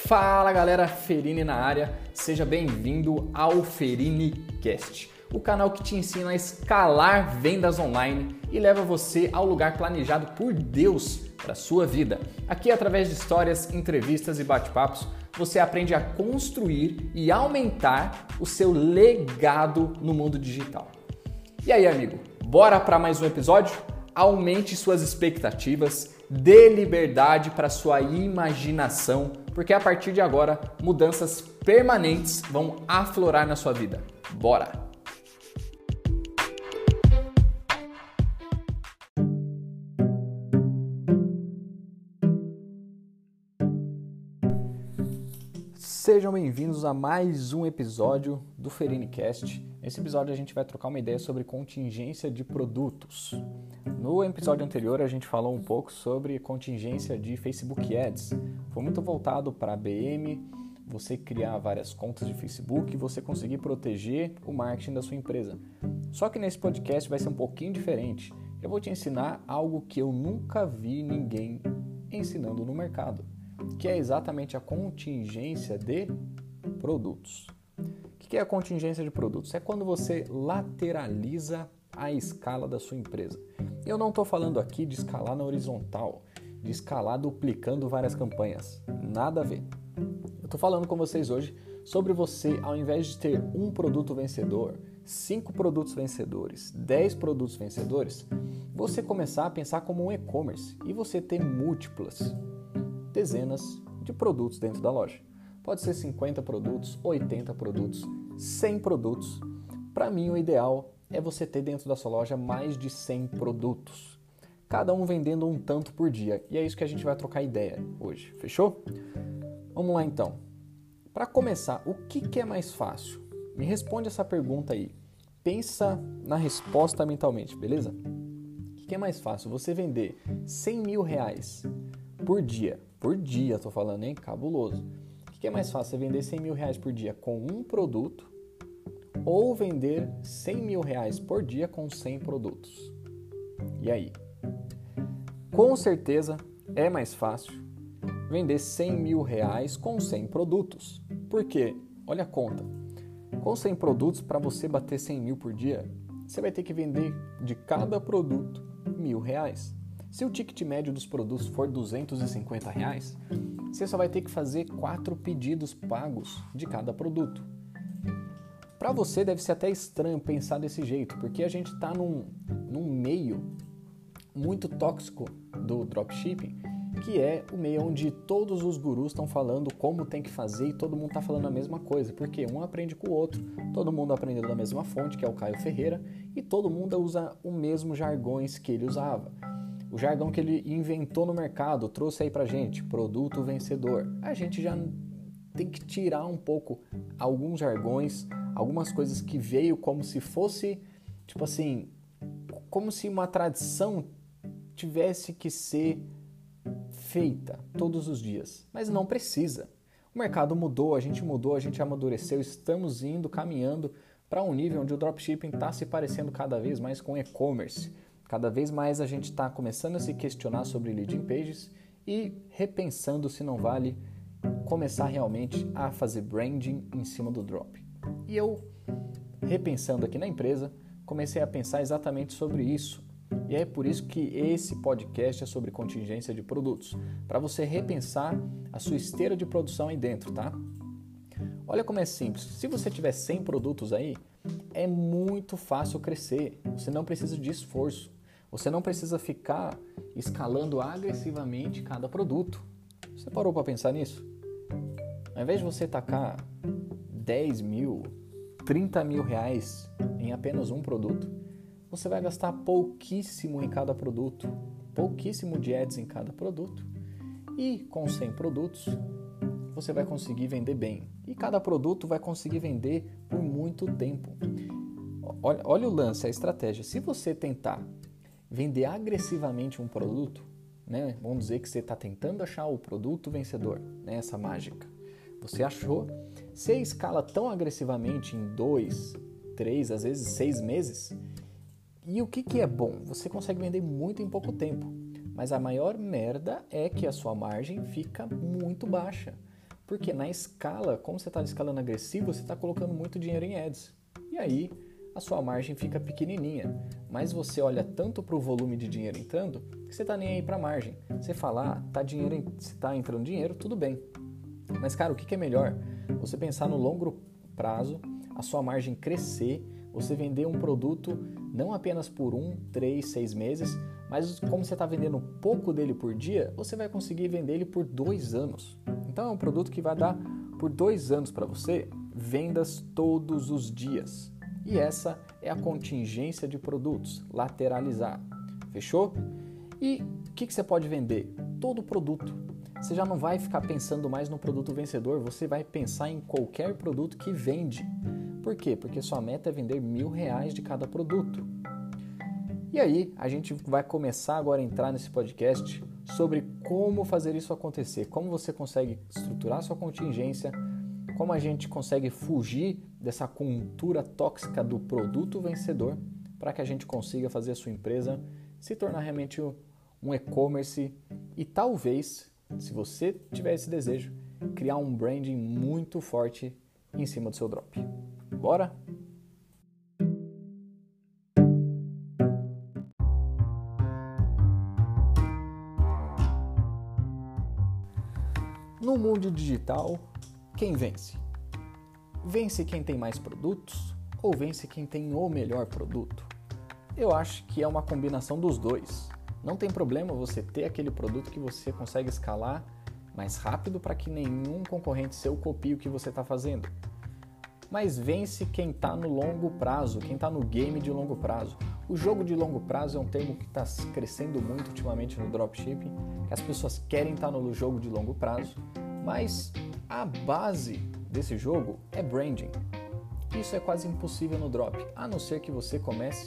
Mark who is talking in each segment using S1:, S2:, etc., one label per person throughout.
S1: Fala galera, Ferini na área, seja bem-vindo ao FeriniCast, o canal que te ensina a escalar vendas online e leva você ao lugar planejado por Deus para a sua vida. Aqui, através de histórias, entrevistas e bate-papos, você aprende a construir e aumentar o seu legado no mundo digital. E aí, amigo, bora para mais um episódio? Aumente suas expectativas, dê liberdade para sua imaginação, porque a partir de agora, mudanças permanentes vão aflorar na sua vida. Bora! Sejam bem-vindos a mais um episódio do FeriniCast. Nesse episódio a gente vai trocar uma ideia sobre contingência de produtos. No episódio anterior a gente falou um pouco sobre contingência de Facebook Ads. Foi muito voltado para ABM, você criar várias contas de Facebook e você conseguir proteger o marketing da sua empresa. Só que nesse podcast vai ser um pouquinho diferente. Eu vou te ensinar algo que eu nunca vi ninguém ensinando no mercado, que é exatamente a contingência de produtos. O que é a contingência de produtos? É quando você lateraliza a escala da sua empresa. Eu não estou falando aqui de escalar na horizontal, de escalar duplicando várias campanhas. Nada a ver. Eu estou falando com vocês hoje sobre você, ao invés de ter um produto vencedor, 5 produtos vencedores, 10 produtos vencedores, você começar a pensar como um e-commerce e você ter múltiplas, dezenas de produtos dentro da loja. Pode ser 50 produtos, 80 produtos, 100 produtos. Para mim, o ideal é você ter dentro da sua loja mais de 100 produtos. Cada um vendendo um tanto por dia. E é isso que a gente vai trocar ideia hoje. Fechou? Vamos lá então. Para começar, o que é mais fácil? Me responde essa pergunta aí. Pensa na resposta mentalmente, beleza? O que é mais fácil? Você vender 100 mil reais por dia. Por dia, tô falando, hein? Cabuloso. O que é mais fácil? Você vender 100 mil reais por dia com um produto ou vender 100 mil reais por dia com 100 produtos? E aí? Com certeza é mais fácil vender 100 mil reais com 100 produtos. Por quê? Olha a conta. Com 100 produtos, para você bater 100 mil por dia, você vai ter que vender de cada produto R$1.000. Se o ticket médio dos produtos for R$250, você só vai ter que fazer 4 pedidos pagos de cada produto. Para você deve ser até estranho pensar desse jeito, porque a gente está num meio muito tóxico do dropshipping, que é o meio onde todos os gurus estão falando como tem que fazer e todo mundo está falando a mesma coisa, porque um aprende com o outro, todo mundo aprendeu da mesma fonte, que é o Caio Ferreira, e todo mundo usa o mesmo jargões que ele usava. O jargão que ele inventou no mercado, trouxe aí pra gente, produto vencedor. A gente já tem que tirar um pouco alguns jargões, algumas coisas que veio como se fosse, tipo assim, como se uma tradição tivesse que ser feita todos os dias. Mas não precisa. O mercado mudou, a gente amadureceu, estamos caminhando para um nível onde o dropshipping está se parecendo cada vez mais com e-commerce. Cada vez mais a gente está começando a se questionar sobre leading pages e repensando se não vale começar realmente a fazer branding em cima do drop. E eu, repensando aqui na empresa, comecei a pensar exatamente sobre isso. E é por isso que esse podcast é sobre contingência de produtos, para você repensar a sua esteira de produção aí dentro, tá? Olha como é simples. Se você tiver 100 produtos aí, é muito fácil crescer. Você não precisa de esforço. Você não precisa ficar escalando agressivamente cada produto. Você parou para pensar nisso? Ao invés de você tacar 10 mil, 30 mil reais em apenas um produto, você vai gastar pouquíssimo em cada produto, pouquíssimo de ads em cada produto. E com 100 produtos, você vai conseguir vender bem. E cada produto vai conseguir vender por muito tempo. Olha o lance, a estratégia. Se você tentar vender agressivamente um produto, né? Vamos dizer que você está tentando achar o produto vencedor, né? Essa mágica. Você achou, você escala tão agressivamente em 2, 3, às vezes 6 meses. E o que é bom? Você consegue vender muito em pouco tempo. Mas a maior merda é que a sua margem fica muito baixa. Porque na escala, como você está escalando agressivo, você está colocando muito dinheiro em ads. E aí a sua margem fica pequenininha. Mas você olha tanto para o volume de dinheiro entrando que você está nem aí para a margem. Você fala, se está entrando dinheiro, tudo bem. Mas, cara, o que é melhor? Você pensar no longo prazo, a sua margem crescer, você vender um produto não apenas por 1, 3, 6 meses, mas como você está vendendo pouco dele por dia, você vai conseguir vender ele por 2 anos. Então é um produto que vai dar por 2 anos para você vendas todos os dias. E essa é a contingência de produtos, lateralizar. Fechou? E o que você pode vender? Todo produto. Você já não vai ficar pensando mais no produto vencedor, você vai pensar em qualquer produto que vende. Por quê? Porque sua meta é vender R$1.000 de cada produto. E aí, a gente vai começar agora a entrar nesse podcast sobre como fazer isso acontecer, como você consegue estruturar sua contingência, como a gente consegue fugir dessa cultura tóxica do produto vencedor para que a gente consiga fazer a sua empresa se tornar realmente um e-commerce e talvez, se você tiver esse desejo, criar um branding muito forte em cima do seu drop. Bora? No mundo digital, quem vence? Vence quem tem mais produtos ou vence quem tem o melhor produto? Eu acho que é uma combinação dos dois. Não tem problema você ter aquele produto que você consegue escalar mais rápido para que nenhum concorrente seu copie o que você está fazendo. Mas vence quem está no longo prazo, quem está no game de longo prazo. O jogo de longo prazo é um termo que está crescendo muito ultimamente no dropshipping, que as pessoas querem estar no jogo de longo prazo, mas a base desse jogo é branding. Isso é quase impossível no drop, a não ser que você comece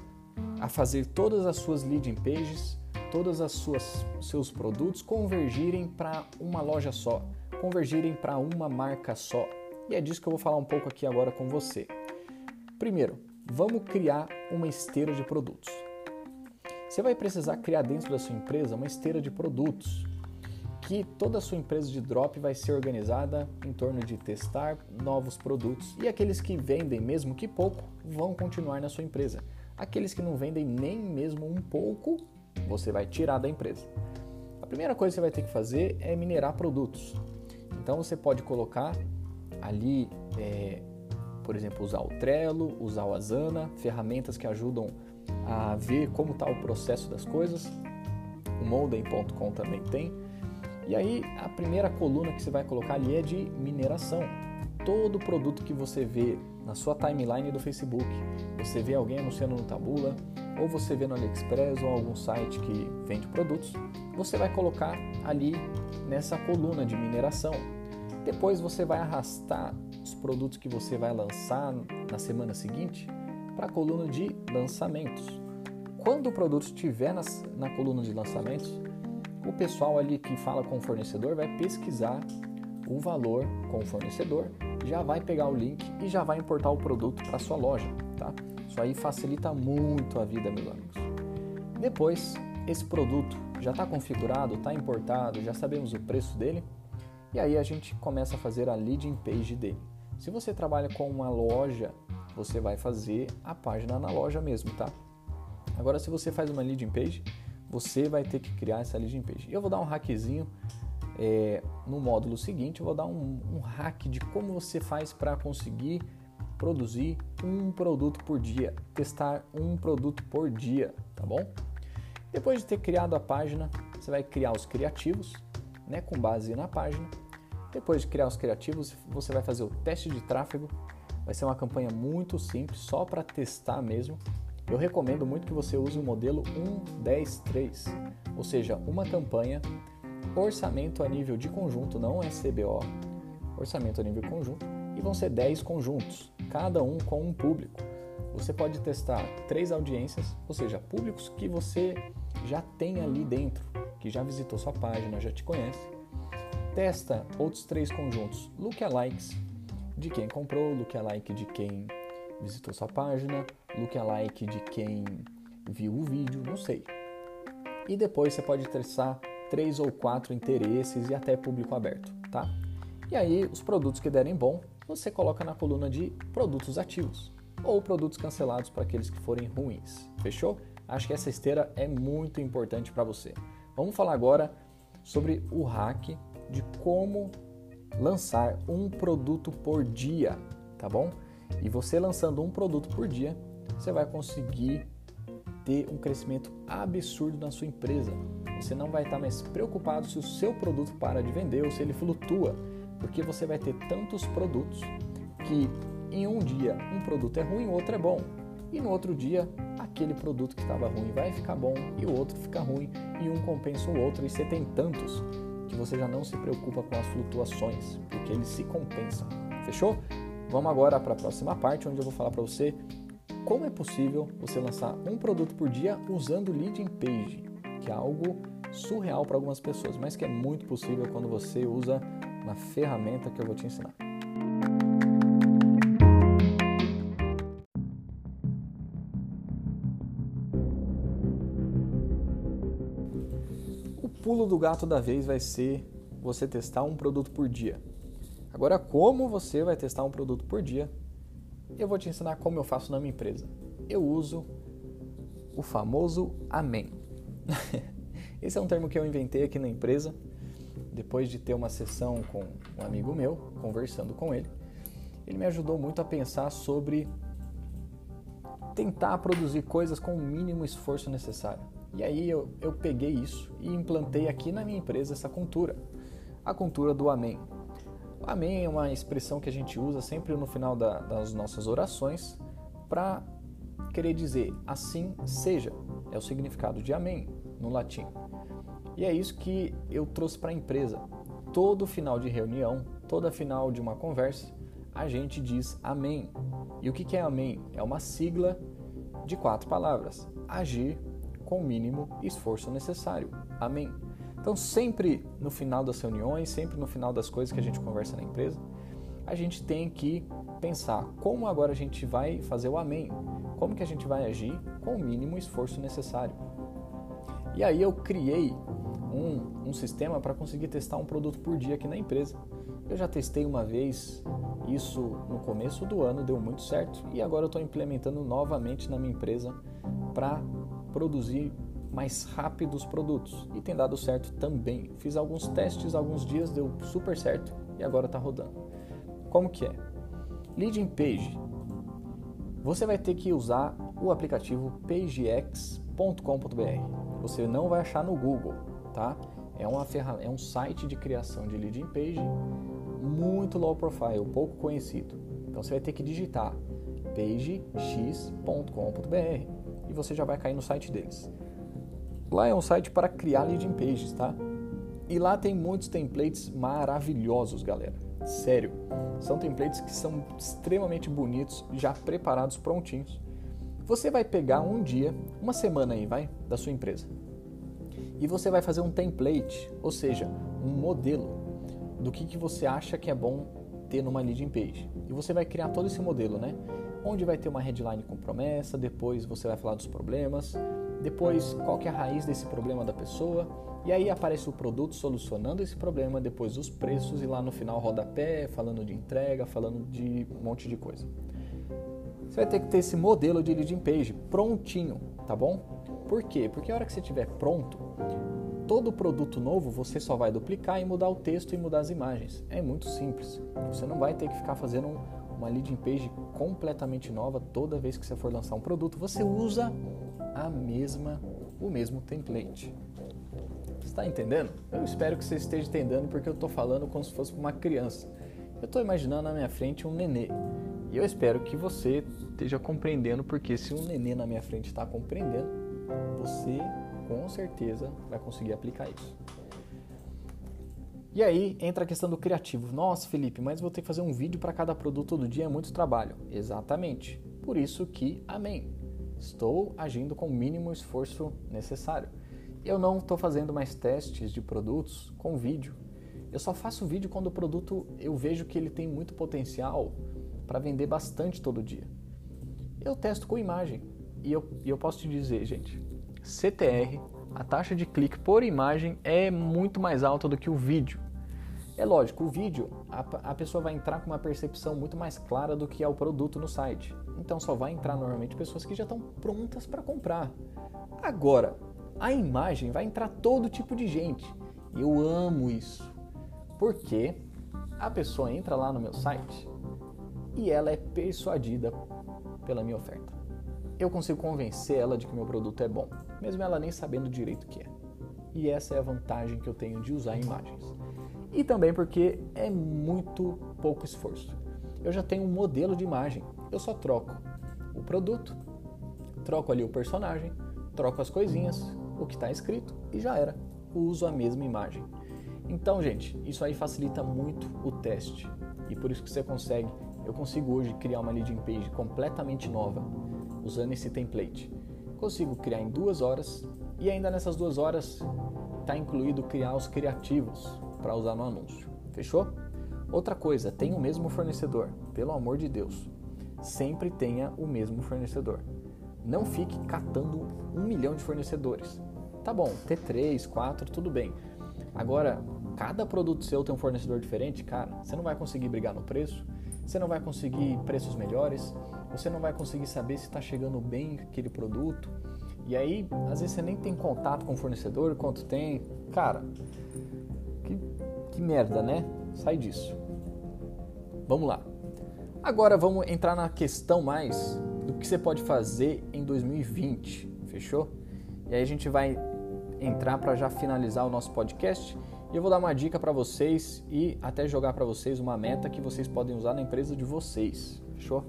S1: a fazer todas as suas landing pages, todas as seus produtos convergirem para uma loja só, convergirem para uma marca só. E é disso que eu vou falar um pouco aqui agora com você. Primeiro, vamos criar uma esteira de produtos. Você vai precisar criar dentro da sua empresa uma esteira de produtos, que toda a sua empresa de drop vai ser organizada em torno de testar novos produtos. E aqueles que vendem mesmo que pouco, vão continuar na sua empresa. Aqueles que não vendem nem mesmo um pouco, você vai tirar da empresa. A primeira coisa que você vai ter que fazer é minerar produtos. Então você pode colocar ali, por exemplo, usar o Trello, usar o Asana, ferramentas que ajudam a ver como está o processo das coisas. O Monday.com também tem. E aí a primeira coluna que você vai colocar ali é de mineração. Todo produto que você vê na sua timeline do Facebook, você vê alguém anunciando no Taboola, ou você vê no AliExpress ou algum site que vende produtos, você vai colocar ali nessa coluna de mineração. Depois você vai arrastar os produtos que você vai lançar na semana seguinte para a coluna de lançamentos. Quando o produto estiver na coluna de lançamentos, o pessoal ali que fala com o fornecedor vai pesquisar o valor com o fornecedor, já vai pegar o link e já vai importar o produto para a sua loja, tá? Isso aí facilita muito a vida, meus amigos. Depois, esse produto já está configurado, está importado, já sabemos o preço dele, e aí a gente começa a fazer a landing page dele. Se você trabalha com uma loja, você vai fazer a página na loja mesmo, tá? Agora, se você faz uma landing page, você vai ter que criar essa landing page. Eu vou dar um hackzinho no módulo seguinte, eu vou dar um hack de como você faz para conseguir produzir um produto por dia, testar um produto por dia, tá bom? Depois de ter criado a página, você vai criar os criativos, né, com base na página. Depois de criar os criativos, você vai fazer o teste de tráfego. Vai ser uma campanha muito simples, só para testar mesmo. Eu recomendo muito que você use o modelo 1-10-3, ou seja, uma campanha, orçamento a nível de conjunto, não é CBO, orçamento a nível conjunto, e vão ser 10 conjuntos, cada um com um público. Você pode testar 3 audiências, ou seja, públicos que você já tem ali dentro, que já visitou sua página, já te conhece. Testa outros 3 conjuntos, lookalikes de quem comprou, lookalike de quem visitou sua página, lookalike de quem viu o vídeo, não sei. E depois você pode testar 3 ou 4 interesses e até público aberto, tá? E aí, os produtos que derem bom, você coloca na coluna de produtos ativos ou produtos cancelados para aqueles que forem ruins. Fechou? Acho que essa esteira é muito importante para você. Vamos falar agora sobre o hack de como lançar um produto por dia, tá bom? E você lançando um produto por dia, você vai conseguir ter um crescimento absurdo na sua empresa. Você não vai estar mais preocupado se o seu produto para de vender ou se ele flutua, porque você vai ter tantos produtos que em um dia um produto é ruim, o outro é bom. E no outro dia, aquele produto que estava ruim vai ficar bom e o outro fica ruim e um compensa o outro. E você tem tantos que você já não se preocupa com as flutuações, porque eles se compensam. Fechou? Vamos agora para a próxima parte, onde eu vou falar para você como é possível você lançar um produto por dia usando Leading Page, que é algo surreal para algumas pessoas, mas que é muito possível quando você usa uma ferramenta que eu vou te ensinar. O pulo do gato da vez vai ser você testar um produto por dia. Agora, como você vai testar um produto por dia? Eu vou te ensinar como eu faço na minha empresa. Eu uso o famoso Amém. Esse é um termo que eu inventei aqui na empresa, depois de ter uma sessão com um amigo meu, conversando com ele. Ele me ajudou muito a pensar sobre tentar produzir coisas com o mínimo esforço necessário. E aí eu peguei isso e implantei aqui na minha empresa essa cultura, a cultura do Amém. O Amém é uma expressão que a gente usa sempre no final das nossas orações para querer dizer assim seja. É o significado de Amém no latim. E é isso que eu trouxe para a empresa. Todo final de reunião, toda final de uma conversa, a gente diz Amém. E o que é Amém? É uma sigla de 4 palavras. Agir com o mínimo esforço necessário. Amém. Então, sempre no final das reuniões, sempre no final das coisas que a gente conversa na empresa, a gente tem que pensar como agora a gente vai fazer o Amém, como que a gente vai agir com o mínimo esforço necessário. E aí eu criei um sistema para conseguir testar um produto por dia aqui na empresa. Eu já testei uma vez isso no começo do ano, deu muito certo, e agora eu estou implementando novamente na minha empresa para produzir mais rápido os produtos, e tem dado certo também. Fiz alguns testes, alguns dias deu super certo e agora está rodando. Como que é? Leading Page. Você vai ter que usar o aplicativo pagex.com.br. Você não vai achar no Google, tá? É um site de criação de Leading Page muito low profile, pouco conhecido. Então você vai ter que digitar pagex.com.br e você já vai cair no site deles. Lá é um site para criar Leading Pages, tá? E lá tem muitos templates maravilhosos, galera. Sério, são templates que são extremamente bonitos, já preparados, prontinhos. Você vai pegar um dia, uma semana aí, da sua empresa. E você vai fazer um template, ou seja, um modelo do que você acha que é bom ter numa Leading Page. E você vai criar todo esse modelo, né? Onde vai ter uma headline com promessa, depois você vai falar dos problemas, depois qual que é a raiz desse problema da pessoa, e aí aparece o produto solucionando esse problema, depois os preços e lá no final rodapé, falando de entrega, falando de um monte de coisa. Você vai ter que ter esse modelo de Leading Page prontinho, tá bom? Por quê? Porque a hora que você estiver pronto, todo produto novo você só vai duplicar e mudar o texto e mudar as imagens. É muito simples. Você não vai ter que ficar fazendo uma Leading Page completamente nova toda vez que você for lançar um produto. Você usa o mesmo template. Você está entendendo? Eu espero que você esteja entendendo, porque eu estou falando como se fosse uma criança. Eu estou imaginando na minha frente um nenê. E eu espero que você esteja compreendendo, porque se um nenê na minha frente está compreendendo, você com certeza vai conseguir aplicar isso. E aí entra a questão do criativo. Nossa, Felipe, mas vou ter que fazer um vídeo para cada produto todo dia, é muito trabalho. Exatamente. Por isso que, amém. Estou agindo com o mínimo esforço necessário. Eu não estou fazendo mais testes de produtos com vídeo. Eu só faço vídeo quando o produto eu vejo que ele tem muito potencial para vender bastante todo dia. Eu testo com imagem. E eu posso te dizer, gente, CTR, a taxa de clique por imagem é muito mais alta do que o vídeo. É lógico, o vídeo, a pessoa vai entrar com uma percepção muito mais clara do que é o produto no site. Então só vai entrar normalmente pessoas que já estão prontas para comprar. Agora, a imagem vai entrar todo tipo de gente. E eu amo isso. Porque a pessoa entra lá no meu site e ela é persuadida pela minha oferta. Eu consigo convencer ela de que meu produto é bom, mesmo ela nem sabendo direito o que é. E essa é a vantagem que eu tenho de usar imagens. E também porque é muito pouco esforço. Eu já tenho um modelo de imagem, eu só troco o produto, troco ali o personagem, troco as coisinhas, o que está escrito e já era. Uso a mesma imagem. Então, gente, isso aí facilita muito o teste. E por isso que eu consigo hoje criar uma landing page completamente nova, usando esse template. Consigo criar em 2 horas e ainda nessas 2 horas está incluído criar os criativos para usar no anúncio. Fechou? Outra coisa, tem o mesmo fornecedor. Pelo amor de Deus, sempre tenha o mesmo fornecedor. Não fique catando 1 milhão de fornecedores. Tá bom, ter 3, 4, tudo bem. Agora, cada produto seu tem um fornecedor diferente, cara, você não vai conseguir brigar no preço, você não vai conseguir preços melhores, você não vai conseguir saber se está chegando bem aquele produto. E aí, às vezes você nem tem contato com o fornecedor, quanto tem. Cara, que merda, né? Sai disso. Vamos lá. Agora vamos entrar na questão mais do que você pode fazer em 2020, fechou? E aí a gente vai entrar para já finalizar o nosso podcast e eu vou dar uma dica para vocês e até jogar para vocês uma meta que vocês podem usar na empresa de vocês, fechou?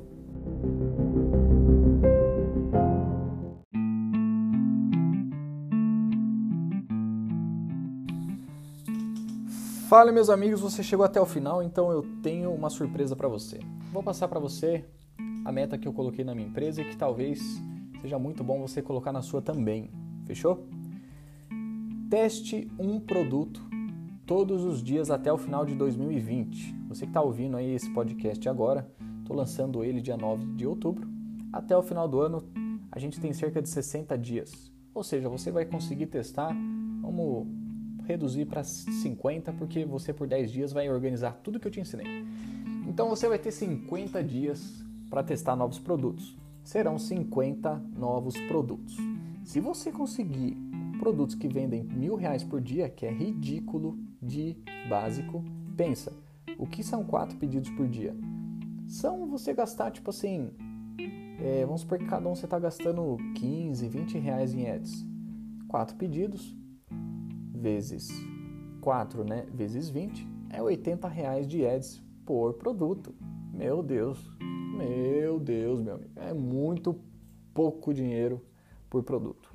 S1: Fala, meus amigos, você chegou até o final, então eu tenho uma surpresa para você. Vou passar para você a meta que eu coloquei na minha empresa e que talvez seja muito bom você colocar na sua também, fechou? Teste um produto todos os dias até o final de 2020. Você que está ouvindo aí esse podcast agora, estou lançando ele dia 9 de outubro. Até o final do ano, a gente tem cerca de 60 dias. Ou seja, você vai conseguir testar, vamos reduzir para 50, porque você por 10 dias vai organizar tudo que eu te ensinei. Então você vai ter 50 dias para testar novos produtos. Serão 50 novos produtos. Se você conseguir produtos que vendem R$1.000 por dia, que é ridículo de básico, pensa, o que são 4 pedidos por dia? São você gastar, tipo assim, vamos supor que cada um você está gastando R$15, R$20 em ads. 4 pedidos, vezes 4, né? Vezes 20, é R$80 de ads por produto. Meu Deus, meu amigo. É muito pouco dinheiro por produto.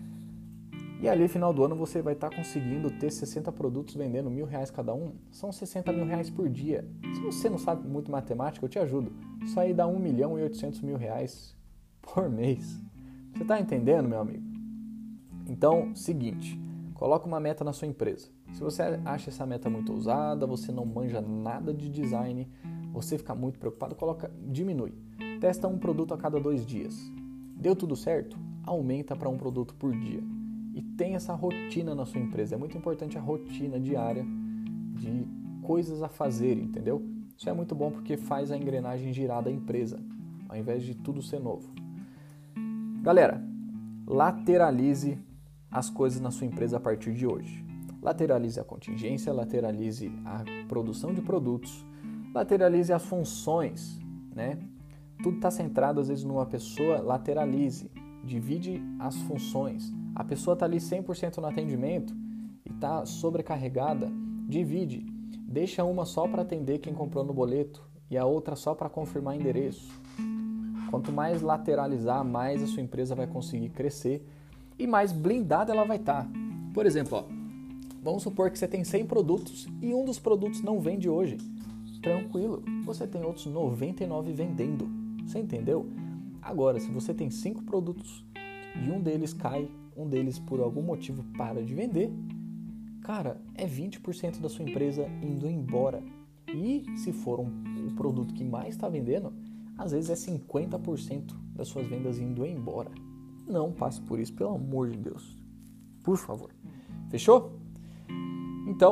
S1: E ali, final do ano, você vai estar conseguindo ter 60 produtos vendendo R$1.000 cada um. São R$60.000 por dia. Se você não sabe muito matemática, eu te ajudo. Isso aí dá R$1.800.000 por mês. Você está entendendo, meu amigo? Então, seguinte, coloca uma meta na sua empresa. Se você acha essa meta muito ousada, você não manja nada de design, você fica muito preocupado, diminui. Testa um produto a cada 2 dias. Deu tudo certo? Aumenta para um produto por dia. E tem essa rotina na sua empresa. É muito importante a rotina diária de coisas a fazer, entendeu? Isso é muito bom porque faz a engrenagem girar da empresa, ao invés de tudo ser novo. Galera, lateralize as coisas na sua empresa a partir de hoje. Lateralize a contingência, lateralize a produção de produtos, lateralize as funções, né? Tudo está centrado às vezes numa pessoa, lateralize, divide as funções. A pessoa está ali 100% no atendimento e está sobrecarregada, divide. Deixa uma só para atender quem comprou no boleto e a outra só para confirmar endereço. Quanto mais lateralizar, mais a sua empresa vai conseguir crescer e mais blindada ela vai estar. Por exemplo, vamos supor que você tem 100 produtos e um dos produtos não vende hoje. Tranquilo, você tem outros 99 vendendo. Você entendeu? Agora, se você tem 5 produtos e um deles cai, um deles por algum motivo para de vender, cara, é 20% da sua empresa indo embora. E se for o produto que mais está vendendo, às vezes é 50% das suas vendas indo embora. Não passe por isso, pelo amor de Deus. Por favor. Fechou? Então,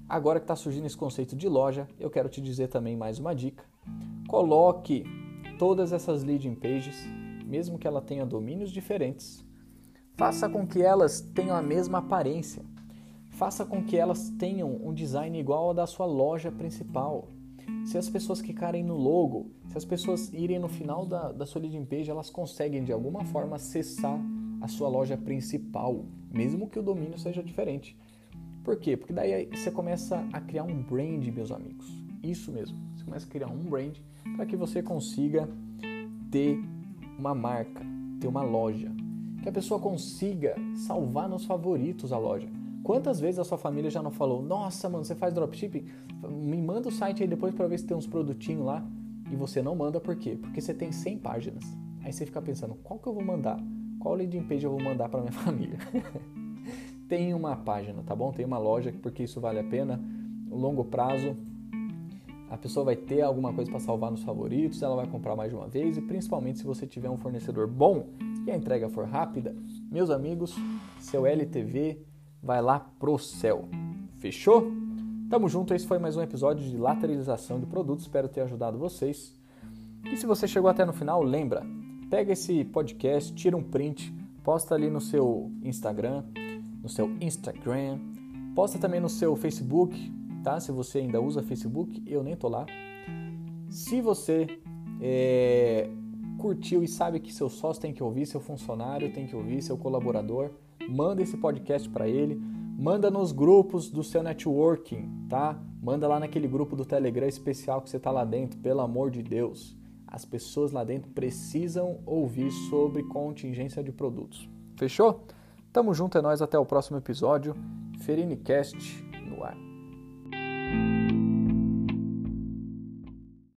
S1: Agora que está surgindo esse conceito de loja, eu quero te dizer também mais uma dica. Coloque todas essas landing pages, mesmo que ela tenha domínios diferentes, faça com que elas tenham a mesma aparência. Faça com que elas tenham um design igual ao da sua loja principal. Se as pessoas clicarem no logo, se as pessoas irem no final da sua landing page, elas conseguem de alguma forma acessar a sua loja principal, mesmo que o domínio seja diferente. Por quê? Porque daí você começa a criar um brand, meus amigos. Isso mesmo, você começa a criar um brand para que você consiga ter uma marca, ter uma loja. Que a pessoa consiga salvar nos favoritos a loja. Quantas vezes a sua família já não falou: nossa, mano, você faz dropshipping? Me manda o site aí depois para ver se tem uns produtinhos lá. E você não manda por quê? Porque você tem 100 páginas. Aí você fica pensando: qual que eu vou mandar? Qual landing page eu vou mandar para minha família? Tem uma página, tá bom? Tem uma loja, porque isso vale a pena. No longo prazo, a pessoa vai ter alguma coisa para salvar nos favoritos, ela vai comprar mais de uma vez, e principalmente se você tiver um fornecedor bom e a entrega for rápida, meus amigos, seu LTV vai lá pro céu. Fechou? Tamo junto, esse foi mais um episódio de lateralização de produtos, espero ter ajudado vocês. E se você chegou até no final, lembra, pega esse podcast, tira um print, posta ali no seu Instagram, posta também no seu Facebook, tá? Se você ainda usa Facebook, eu nem tô lá. Se você curtiu e sabe que seu sócio tem que ouvir, seu funcionário tem que ouvir, seu colaborador, manda esse podcast para ele, manda nos grupos do seu networking, tá? Manda lá naquele grupo do Telegram especial que você tá lá dentro, pelo amor de Deus. As pessoas lá dentro precisam ouvir sobre contingência de produtos. Fechou? Tamo junto, é nóis, até o próximo episódio. FeriniCast no ar.